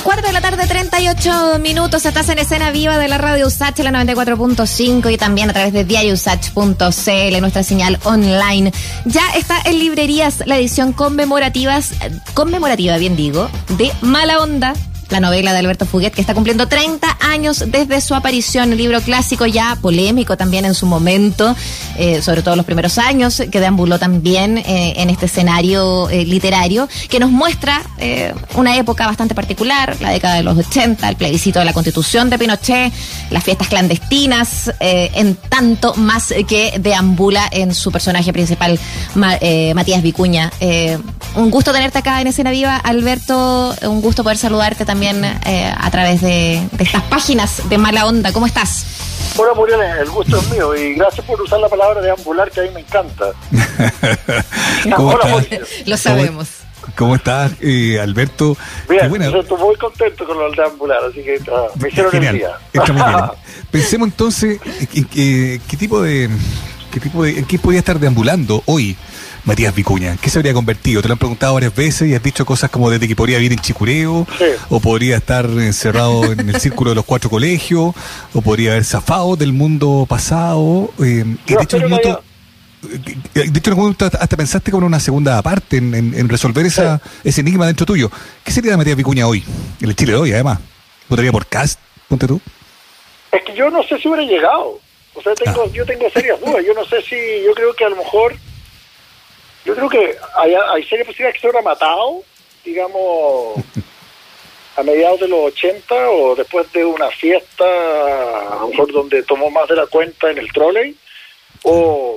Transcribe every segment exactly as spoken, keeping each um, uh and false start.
Cuarto de la tarde, treinta y ocho minutos. Estás en Escena Viva de la Radio Usach, la noventa y cuatro punto cinco, y también a través de diario usach punto c l, nuestra señal online. Ya está en librerías la edición conmemorativas, conmemorativa, bien digo, de Mala Onda, la novela de Alberto Fuguet, que está cumpliendo treinta años desde su aparición. Un libro clásico, ya polémico también en su momento, eh, sobre todo los primeros años, que deambuló también eh, en este escenario eh, literario, que nos muestra eh, una época bastante particular, la década de los ochenta, el plebiscito de la Constitución de Pinochet, las fiestas clandestinas, eh, en tanto más que deambula en su personaje principal, Ma, eh, Matías Vicuña. Eh, un gusto tenerte acá en Escena Viva, Alberto, un gusto poder saludarte también Eh, a través de, de estas páginas de Mala Onda. ¿Cómo estás? Hola, Muriel, el gusto es mío y gracias por usar la palabra deambular, que a mí me encanta. ¿Cómo Hola, estás? Lo sabemos. ¿Cómo estás, eh, Alberto? Bien, bueno. estoy muy contento con lo del deambular, así que uh, me hicieron Genial. el día. Está muy bien. Pensemos entonces en qué, qué tipo de qué tipo de en qué podía estar deambulando hoy Matías Vicuña. ¿Qué se habría convertido? Te lo han preguntado varias veces y has dicho cosas como desde que podría vivir en Chicureo, sí, o podría estar encerrado en el círculo de los cuatro colegios, o podría haber zafado del mundo pasado. Eh, y de hecho, en un momento, de hecho, en algún momento hasta pensaste con una segunda parte en, en, en resolver esa, sí, ese enigma dentro tuyo. ¿Qué sería de Matías Vicuña hoy? En el Chile de hoy, además. ¿Votaría por Kast? Ponte tú. Es que yo no sé si hubiera llegado. O sea, tengo, ah. yo tengo serias dudas. Yo no sé si, yo creo que a lo mejor Yo creo que hay, hay serias posibilidades que se hubiera matado, digamos, a mediados de los ochenta o después de una fiesta, a lo mejor donde tomó más de la cuenta en el trolley, o,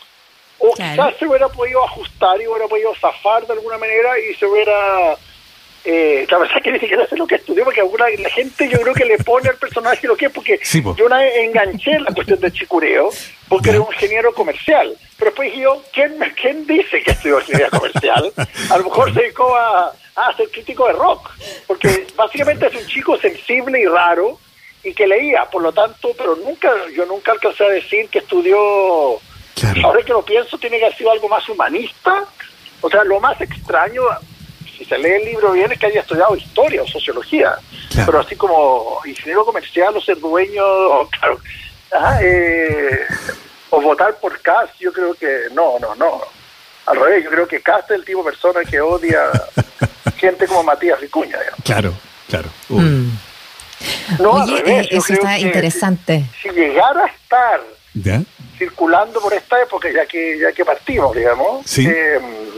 o claro, quizás se hubiera podido ajustar y hubiera podido zafar de alguna manera y se hubiera... Eh, la verdad es que ni siquiera sé lo que estudió, porque alguna la gente yo creo que le pone al personaje lo que es, porque sí, yo una vez enganché la cuestión de Chicureo porque era un ingeniero comercial, pero después dije yo, ¿quién, ¿quién dice que estudió ingeniería comercial? A lo mejor se dedicó a, a ser crítico de rock, porque básicamente es un chico sensible y raro y que leía, por lo tanto, pero nunca yo nunca alcancé a decir que estudió, claro, ahora que lo pienso, tiene que haber sido algo más humanista. O sea, lo más extraño, si se lee el libro bien, es que haya estudiado historia o sociología, claro, pero así como ingeniero comercial o ser dueño, o, claro, ajá, eh, o votar por Kast, yo creo que no, no, no. Al revés, yo creo que Kast es el tipo de persona que odia gente como Matías Vicuña, digamos. Claro, claro. Mm. No, Oye, al revés, eh, eso está interesante. Si, si llegara a estar ¿ya? circulando por esta época, ya que ya que partimos, digamos, sí, eh,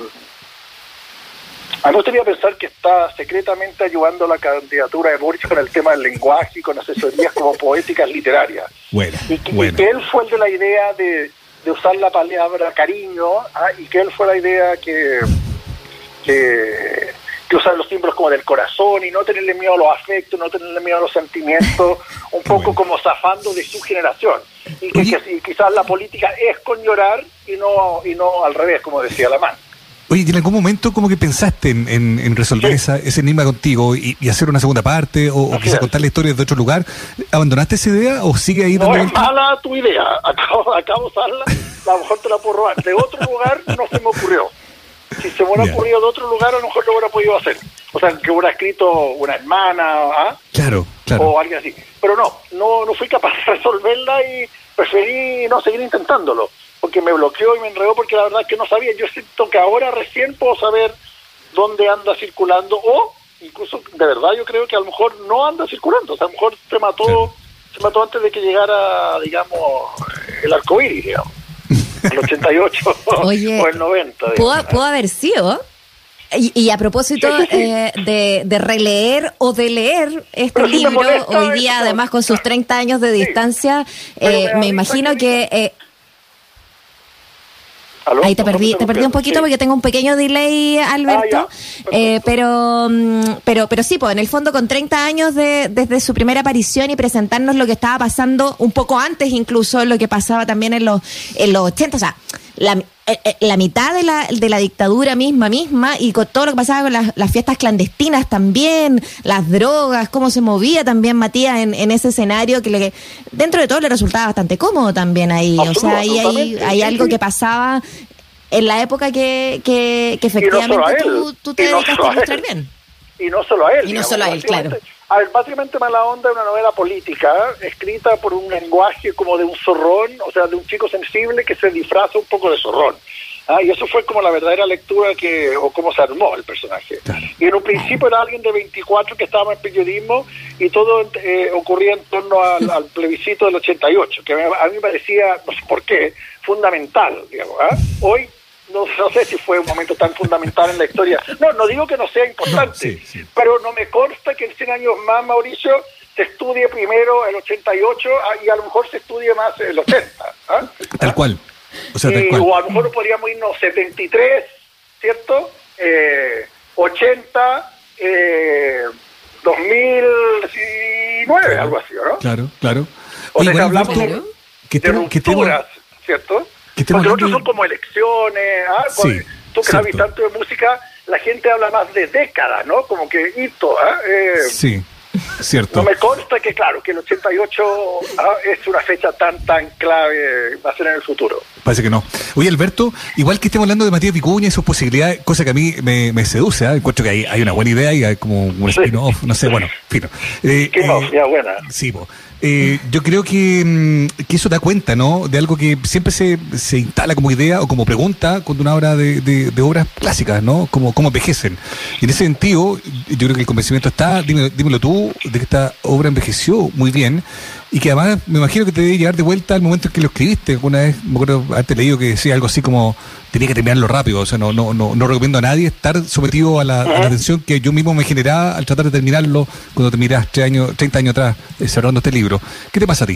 a mí me gustaría pensar que está secretamente ayudando a la candidatura de Boric con el tema del lenguaje y con asesorías como poéticas literarias. Bueno, y, que, bueno. y que él fue el de la idea de, de usar la palabra cariño, ¿ah? Y que él fue la idea que, que, que usar los símbolos como del corazón y no tenerle miedo a los afectos, no tenerle miedo a los sentimientos, un poco bueno, como zafando de su generación. Y que, que y quizás la política es con llorar y no, y no al revés, como decía Lamán. Oye, ¿y en algún momento como que pensaste en, en, en resolver sí, esa, ese enigma contigo y, y hacer una segunda parte o, o quizá contar la historia de otro lugar? ¿Abandonaste esa idea o sigue ahí? No, es mala tu idea. Acabo, acabo de usarla, a lo mejor te la puedo robar. De otro lugar no se me ocurrió. Si se me hubiera yeah. ocurrido de otro lugar, a lo mejor lo hubiera podido hacer. O sea, que hubiera escrito una hermana, ¿ah? Claro, claro. O alguien así. Pero no, no, no fui capaz de resolverla y preferí no seguir intentándolo, porque me bloqueó y me enredó, porque la verdad es que no sabía. Yo siento que ahora recién puedo saber dónde anda circulando, o incluso de verdad yo creo que a lo mejor no anda circulando. O sea, a lo mejor se mató, sí, se mató antes de que llegara, digamos, el arcoíris, digamos, el ochenta y ocho. Oye, o el noventa. ¿pudo, ¿pudo haber sido? Y, y a propósito sí, sí, sí. Eh, de, de releer o de leer este sí libro, hoy día, eso, además con sus treinta años de distancia, sí, eh, me, me imagino que... Eh, ¿Aló? Ahí te perdí, te perdí un poquito, sí, porque tengo un pequeño delay, Alberto, ah, eh, pero, pero, pero sí, pues en el fondo con treinta años de, desde su primera aparición y presentarnos lo que estaba pasando un poco antes, incluso lo que pasaba también en los, en los ochenta, o sea, la, eh, la mitad de la, de la dictadura misma, misma, y con todo lo que pasaba con las, las fiestas clandestinas también, las drogas, cómo se movía también Matías en, en ese escenario que le, dentro de todo le resultaba bastante cómodo también ahí. O sea, ahí hay, hay algo que pasaba en la época que, que, que efectivamente no tú, tú te dedicaste a ilustrar bien. y no solo a él. Y no digamos, solo a él, claro. A ver, básicamente Mala Onda es una novela política, escrita por un lenguaje como de un zorrón, o sea, de un chico sensible que se disfraza un poco de zorrón. Ah, y eso fue como la verdadera lectura que, o cómo se armó el personaje. Claro. Y en un principio era alguien de veinticuatro que estaba en periodismo y todo eh, ocurría en torno al, al plebiscito del ochenta y ocho, que a mí, a mí me parecía, no sé por qué, fundamental, digamos. ¿Ah? Hoy no, no sé si fue un momento tan fundamental en la historia. No, no digo que no sea importante, sí, sí. pero no me consta que en cien años más, Mauricio, se estudie primero el ochenta y ocho y a lo mejor se estudie más el ochenta. ¿Ah? Tal cual. O, sea, y, o a lo mejor podríamos irnos setenta y tres, ¿cierto? Eh, ochenta, eh, dos mil nueve, claro, algo así, ¿no? Claro, claro. O sea, hablamos de, de tengo, rupturas, ¿cierto? Porque los otros son como elecciones, ¿ah? Sí, tú que sabes tanto de música, la gente habla más de décadas, ¿no? Como que hito, ¿ah? Eh, sí. Cierto. No me consta que, claro, que el ochenta y ocho ah, es una fecha tan, tan clave, va a ser en el futuro. Parece que no. Oye, Alberto, igual que estemos hablando de Matías Vicuña y sus posibilidades, cosa que a mí me, me seduce, ¿eh? Encuentro que hay, hay una buena idea y hay como un sí. spin-off, no sé, bueno, fino. Eh, spin-off, eh, ya buena. Sí, po. Eh, yo creo que, que eso da cuenta, ¿no? De algo que siempre se, se instala como idea o como pregunta cuando una obra de, de, de obras clásicas, ¿no? Como cómo envejecen. Y en ese sentido, yo creo que el convencimiento está, dímelo, dímelo tú, de que esta obra envejeció muy bien y que además me imagino que te debe llegar de vuelta al momento en que lo escribiste. Alguna vez me acuerdo haberte leído que decía algo así como tenía que terminarlo rápido, o sea, no no no, no recomiendo a nadie estar sometido a la, uh-huh. a la tensión que yo mismo me generaba al tratar de terminarlo cuando te mirás tres años, treinta años atrás eh, cerrando este libro. ¿Qué te pasa a ti?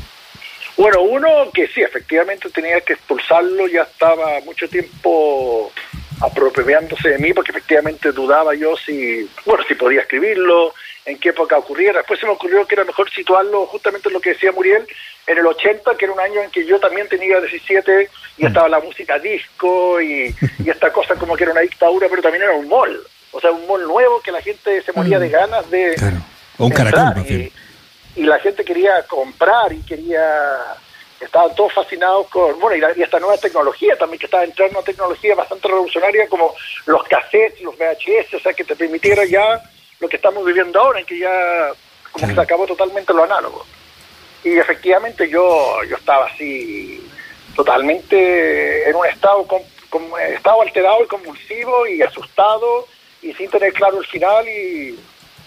Bueno, uno que sí, efectivamente tenía que expulsarlo, ya estaba mucho tiempo apropiándose de mí, porque efectivamente dudaba yo si, bueno, si podía escribirlo, en qué época ocurriera. Después se me ocurrió que era mejor situarlo justamente en lo que decía Muriel, en el ochenta, que era un año en que yo también tenía diecisiete y estaba la música disco y, y esta cosa como que era una dictadura, pero también era un mall, o sea, un mall nuevo que la gente se moría de ganas de... Claro. O un caracol, y, y la gente quería comprar y quería... Estaban todos fascinados con, bueno, y, la, y esta nueva tecnología también, que estaba entrando una tecnología bastante revolucionaria como los cassettes, los V H S, o sea, que te permitiera ya lo que estamos viviendo ahora, en que ya como sí. que se acabó totalmente lo análogo. Y efectivamente yo yo estaba así, totalmente en un estado, con, con, estado alterado y convulsivo y asustado y sin tener claro el final y...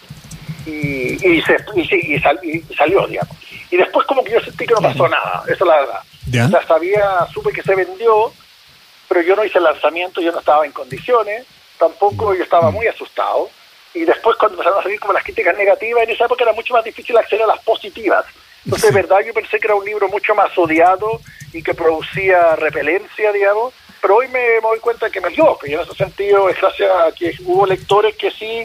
Y, y, se, y, y, sal, y salió, digamos. Y después como que yo sentí que no pasó nada, eso es la verdad. ¿Ya? O sea, sabía, supe que se vendió, pero yo no hice el lanzamiento, yo no estaba en condiciones, tampoco yo estaba muy asustado. Y después cuando empezaron a salir como las críticas negativas, en esa época era mucho más difícil acceder a las positivas. Entonces, sí. de verdad, yo pensé que era un libro mucho más odiado y que producía repelencia, digamos. Pero hoy me, me doy cuenta que me equivoco, y en ese sentido es gracias a que hubo lectores que sí,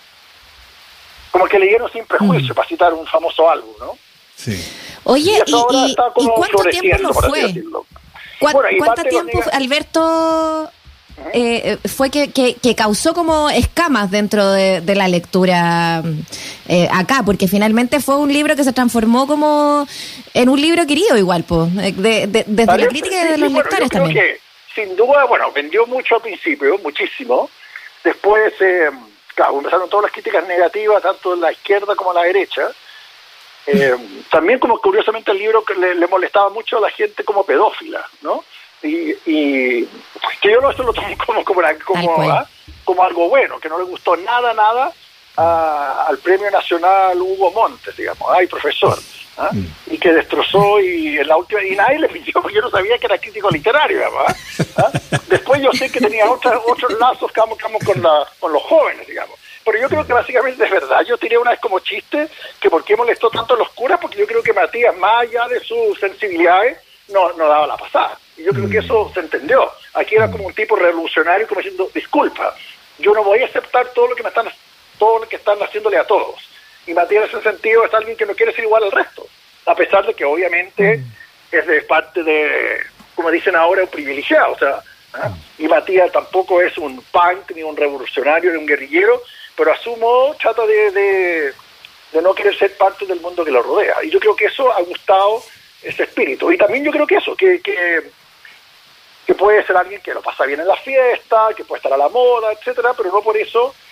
como que leyeron sin prejuicio, mm. para citar un famoso álbum, ¿no? Sí. Oye, ¿y, y, ¿y cuánto tiempo lo fue? ¿Cuánto, bueno, ¿Cuánto tiempo, nega... Alberto, uh-huh. eh, fue que, que, que causó como escamas dentro de, de la lectura eh, acá? Porque finalmente fue un libro que se transformó como en un libro querido igual, po, de, de, desde Parece, la crítica y de los sí, lectores bueno, también. Que, sin duda, bueno, vendió mucho al principio, muchísimo. Después... Eh, Claro, empezaron todas las críticas negativas, tanto en la izquierda como en la derecha. Eh, también, como curiosamente, el libro que le, le molestaba mucho a la gente como pedófila, ¿no? Y, y que yo no eso lo tomo como como, como, ¿ah? como algo bueno, que no le gustó nada, nada a, al Premio Nacional Hugo Montes, digamos, ay, profesor, ¿ah? y que destrozó y en la última y nadie le pidió, porque yo no sabía que era crítico literario, digamos, ¿ah? Después yo sé que tenía otros otros lazos como, como con, la, con los jóvenes, digamos. Pero yo creo que básicamente es verdad. Yo tiré una vez como chiste que por qué molestó tanto a los curas, porque yo creo que Matías, más allá de sus sensibilidades, no, no daba la pasada. Y yo creo que eso se entendió. Aquí era como un tipo revolucionario, como diciendo, disculpa, yo no voy a aceptar todo lo que me están, todo lo que están haciéndole a todos. Y Matías, en ese sentido, es alguien que no quiere ser igual al resto, a pesar de que obviamente mm. es de parte de, como dicen ahora, un privilegiado. O sea, ¿ah? Y Matías tampoco es un punk, ni un revolucionario, ni un guerrillero, pero asumo, trata de, de, de no querer ser parte del mundo que lo rodea. Y yo creo que eso ha gustado ese espíritu. Y también yo creo que eso, que, que, que puede ser alguien que lo pasa bien en la fiesta, que puede estar a la moda, etcétera, pero no por eso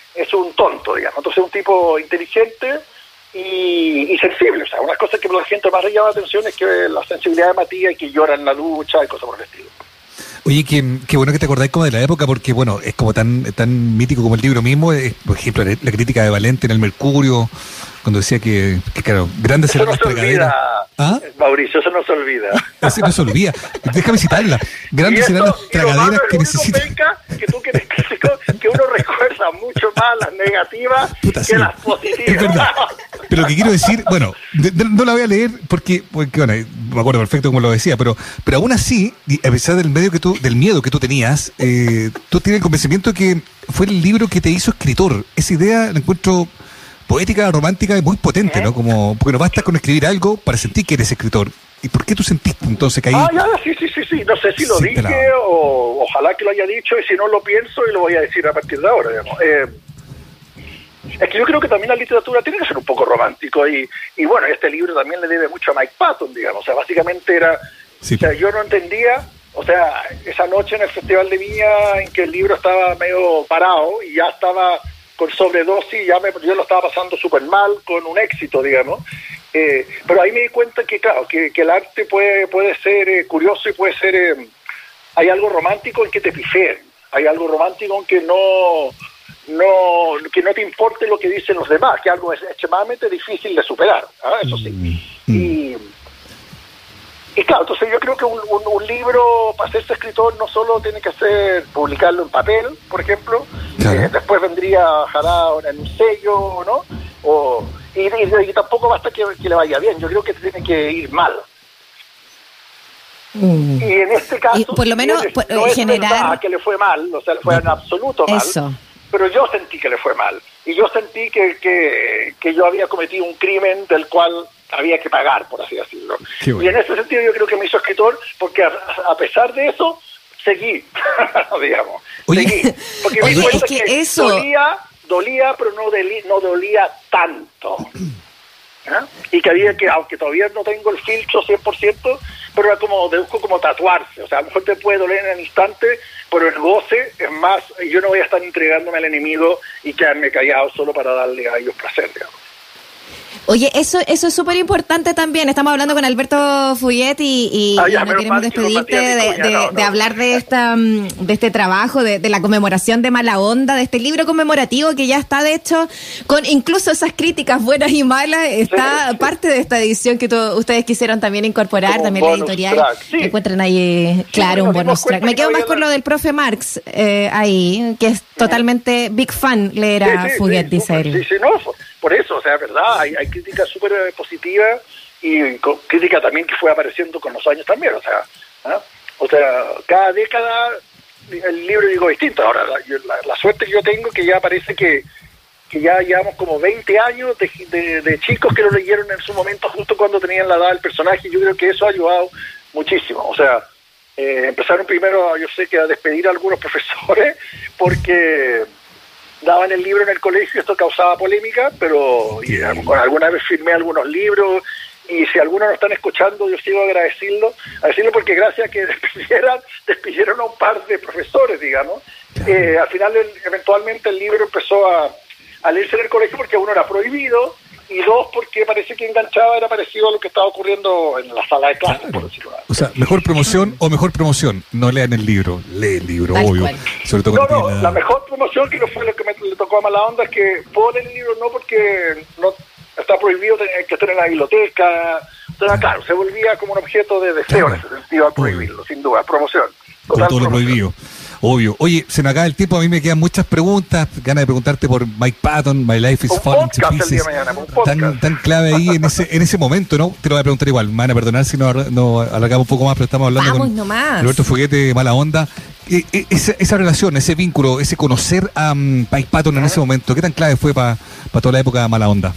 es un tonto, digamos. Entonces es un tipo inteligente y, y sensible. O sea, una cosa que por la gente más le llama la atención es que la sensibilidad de Matías y que llora en la ducha y cosas por el estilo. Oye, qué, qué bueno que te acordáis como de la época, porque bueno, es como tan tan mítico como el libro mismo. Es, por ejemplo, la, la crítica de Valente en el Mercurio, cuando decía que, que claro, grandes eran no las tragaderas. ¿Ah? Mauricio, eso no se olvida. Eso no se olvida. Déjame citarla. Grandes eran las tragaderas que necesitan. Que tú que eres crítico, que uno recuerda mucho más las negativas Puta, que sí, las positivas. Es verdad. Pero lo que quiero decir, bueno, de, de, no la voy a leer porque, porque bueno, me acuerdo perfecto como lo decía, pero, pero aún así, a pesar del medio que tú, del miedo que tú tenías, eh, tú tienes el convencimiento de que fue el libro que te hizo escritor. Esa idea la encuentro poética, romántica y muy potente, ¿no? Como, porque no basta con escribir algo para sentir que eres escritor. ¿Y por qué tú sentiste entonces que ahí...? Ah, ya, sí, sí, sí, sí. No sé si lo sí, dije la... o ojalá que lo haya dicho, y si no lo pienso y lo voy a decir a partir de ahora, digamos. Eh, es que yo creo que también la literatura tiene que ser un poco romántico y, y bueno, este libro también le debe mucho a Mike Patton, digamos. O sea, básicamente era... Sí. O sea, yo no entendía... O sea, esa noche en el Festival de Viña en que el libro estaba medio parado y ya estaba... con sobredosis, ya me, yo lo estaba pasando súper mal, con un éxito, digamos. Eh, pero ahí me di cuenta que, claro, que, que el arte puede puede ser eh, curioso y puede ser... Eh, hay algo romántico en que te pifeen, hay algo romántico en que no, no, que no te importe lo que dicen los demás, que algo es extremadamente difícil de superar, ¿ah? Eso sí. Mm. Y, y claro, entonces yo creo que un, un, un libro, para hacerse escritor, no solo tiene que ser publicarlo en papel, por ejemplo, claro. eh, después vendría, ojalá, en un sello, ¿no? O, y, y, y tampoco basta que, que le vaya bien, yo creo que tiene que ir mal. Mm. Y en este caso, y por lo menos, no, por, no es generar... verdad que le fue mal, o sea, le fue en absoluto mal. Eso. Pero yo sentí que le fue mal. Y yo sentí que, que, que yo había cometido un crimen del cual había que pagar, por así decirlo. Y en ese sentido yo creo que me hizo escritor, porque a, a pesar de eso, seguí, digamos. Oye, seguí. Porque oye, me cuenta es que, que eso... dolía, dolía, pero no, deli, no dolía tanto. ¿Ah? Y que había que, aunque todavía no tengo el filtro cien por ciento, pero era como, deduzco como tatuarse. O sea, a lo mejor te puede doler en el instante, pero el goce es más, yo no voy a estar entregándome al enemigo y quedarme callado solo para darle a ellos placer, digamos. Oye, eso eso es súper importante también. Estamos hablando con Alberto Fuyet y, y, ah, ya, y no queremos despedirte de, de, no, no. de hablar de esta de este trabajo, de, de la conmemoración de Mala Onda, de este libro conmemorativo que ya está, de hecho, con incluso esas críticas buenas y malas, está sí, sí. parte de esta edición que to, ustedes quisieron también incorporar, como también la editorial. Sí. Encuentran ahí, claro, sí, un bonus track. Me quedo más con lo del profe Marx eh, ahí, que es totalmente big fan leer a sí, sí, Fuyet, sí, dice él. Sí, sí, no, por eso, o sea, es verdad, hay, hay críticas súper positivas y con, crítica también que fue apareciendo con los años también, o sea, ¿eh? o sea, cada década el libro digo distinto. Ahora, la, la, la suerte que yo tengo que ya parece que, que ya llevamos como veinte años de, de, de chicos que lo leyeron en su momento justo cuando tenían la edad del personaje, y yo creo que eso ha ayudado muchísimo, o sea, eh, empezaron primero, yo sé que a despedir a algunos profesores porque daban el libro en el colegio, esto causaba polémica, pero y, alguna vez firmé algunos libros, y si algunos no están escuchando, yo sigo agradeciendo, agradeciendo porque gracias a que despidieran, despidieron a un par de profesores, digamos, eh, al final el, eventualmente el libro empezó a, a leerse en el colegio porque uno era prohibido, y dos, porque parece que enganchaba, era parecido a lo que estaba ocurriendo en la sala de clases, claro. por decirlo así. O sea, mejor promoción o mejor promoción, no lean el libro, lee el libro, Tal obvio. Cual. Sobre todo no, no, la... la mejor promoción, que no fue lo que me le tocó a Mala Onda, es que puedo leer el libro no porque no está prohibido tener que estar en la biblioteca, o sea, claro, se volvía como un objeto de deseo, claro. en ese sentido, al prohibirlo, sin duda, promoción. Con todo lo prohibido. Obvio. Oye, se me acaba el tiempo, a mí me quedan muchas preguntas, ganas de preguntarte por Mike Patton, My Life is Falling to Pieces, tan, tan clave ahí en ese en ese momento, ¿no? Te lo voy a preguntar igual, me van a perdonar si no, no alargamos un poco más, pero estamos hablando Vamos con nomás. Alberto Fuyet de Mala Onda. E, e, esa, esa relación, ese vínculo, ese conocer a um, Mike Patton en ese momento, ¿qué tan clave fue para pa toda la época de Mala Onda?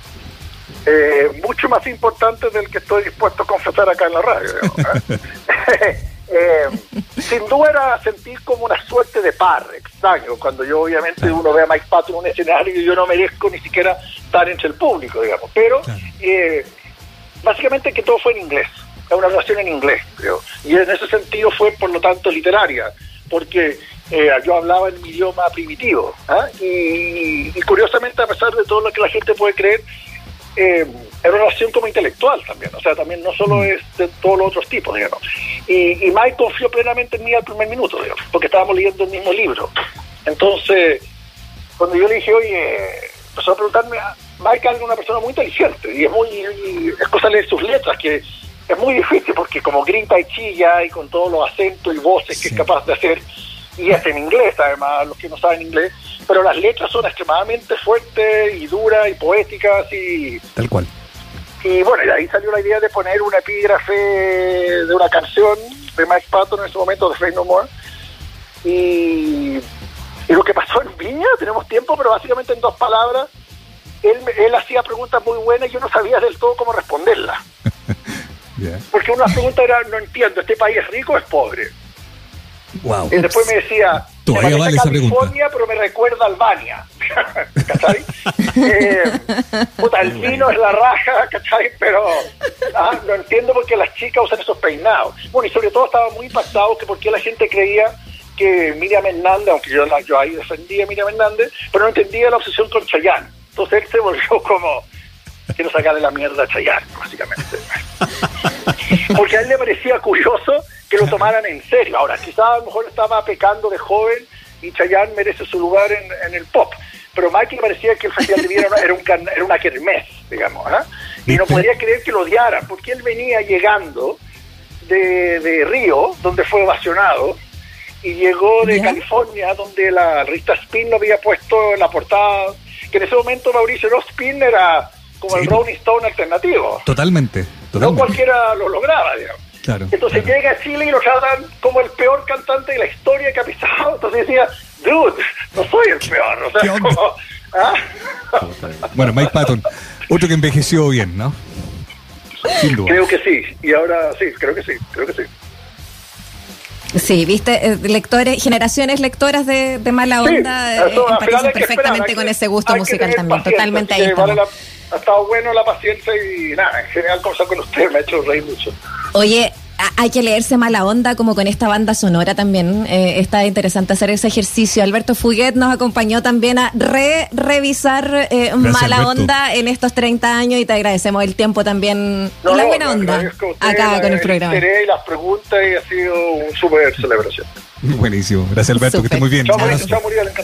Eh, mucho más importante del que estoy dispuesto a confesar acá en la radio, digamos, ¿eh? Eh, sin duda era sentir como una suerte de par extraño cuando yo obviamente claro. uno ve a Mike Patton en un escenario y yo no merezco ni siquiera estar entre el público, digamos, pero claro. eh, básicamente que todo fue en inglés, es una relación en inglés, creo, y en ese sentido fue por lo tanto literaria, porque eh, yo hablaba en mi idioma primitivo. ¿ah? Y, y curiosamente, a pesar de todo lo que la gente puede creer, eh, era una relación como intelectual también, o sea, también no solo es de todos los otros tipos, digamos. Y, y Mike confió plenamente en mí al primer minuto, digamos, porque estábamos leyendo el mismo libro. Entonces, cuando yo le dije, oye, empezó a preguntarme, Mike es una persona muy inteligente, y es muy, y es cosa de leer sus letras, que es muy difícil, porque como grita y chilla, y con todos los acentos y voces que sí. es capaz de hacer, y es en inglés, además, los que no saben inglés, pero las letras son extremadamente fuertes y duras y poéticas y... Tal cual. Y bueno, y de ahí salió la idea de poner un epígrafe de una canción de Mike Patton en ese momento, de Faith No More. Y, y lo que pasó en Viña, tenemos tiempo, pero básicamente en dos palabras, él, él hacía preguntas muy buenas y yo no sabía del todo cómo responderlas. yeah. Porque una pregunta era, no entiendo, ¿este país es rico o es pobre? Wow. Y después me decía, todavía vale esa California, pero me recuerda a Albania. ¿Cachai? eh, puta, el vino es la raja, ¿cachai? Pero ah, no entiendo por qué las chicas usan esos peinados. Bueno, y sobre todo estaba muy impactado que por qué la gente creía que Miriam Hernández, aunque yo, la, yo ahí defendía a Miriam Hernández, pero no entendía la obsesión con Chayanne. Entonces él se volvió como, quiero sacarle la mierda a Chayanne, básicamente. Porque a él le parecía curioso que lo tomaran en serio. Ahora, quizás a lo mejor estaba pecando de joven y Chayanne merece su lugar en, en el pop. Pero Mike le parecía que el Festival de Viña era una, era, un, era una kermés, digamos. ¿eh? Y no podía creer que lo odiaran, porque él venía llegando de, de Río, donde fue ovacionado, y llegó de ¿Ya? California, donde la revista Spin lo había puesto en la portada, que en ese momento Mauricio no Spin era como sí. el Rolling Stone alternativo. Totalmente, totalmente. No cualquiera lo lograba, digamos. Claro, Entonces claro. llega a Chile y lo tratan como el peor cantante de la historia que ha pisado. Entonces decía, dude, no soy el peor. O sea, como, ¿ah? Bueno, Mike Patton, otro que envejeció bien, ¿no? Sin duda. Creo que sí, y ahora sí, creo que sí, creo que sí. Sí, viste, eh, lectores, generaciones lectoras de, de Mala Onda sí, eso, eh, empaticen perfectamente que, con ese gusto musical también, totalmente ahí vale la, ha estado bueno la paciencia y nada, en general conversar con usted me ha hecho reír mucho. Oye, hay que leerse Mala Onda como con esta banda sonora también, eh, está interesante hacer ese ejercicio. Alberto Fuguet nos acompañó también a re revisar eh, Mala Alberto. Onda en estos treinta años y te agradecemos el tiempo también no, y la buena no, onda acá la, con el programa. El interés y las preguntas y ha sido un súper celebración. Buenísimo, gracias Alberto, super. Que esté muy bien. Chao, Muriel,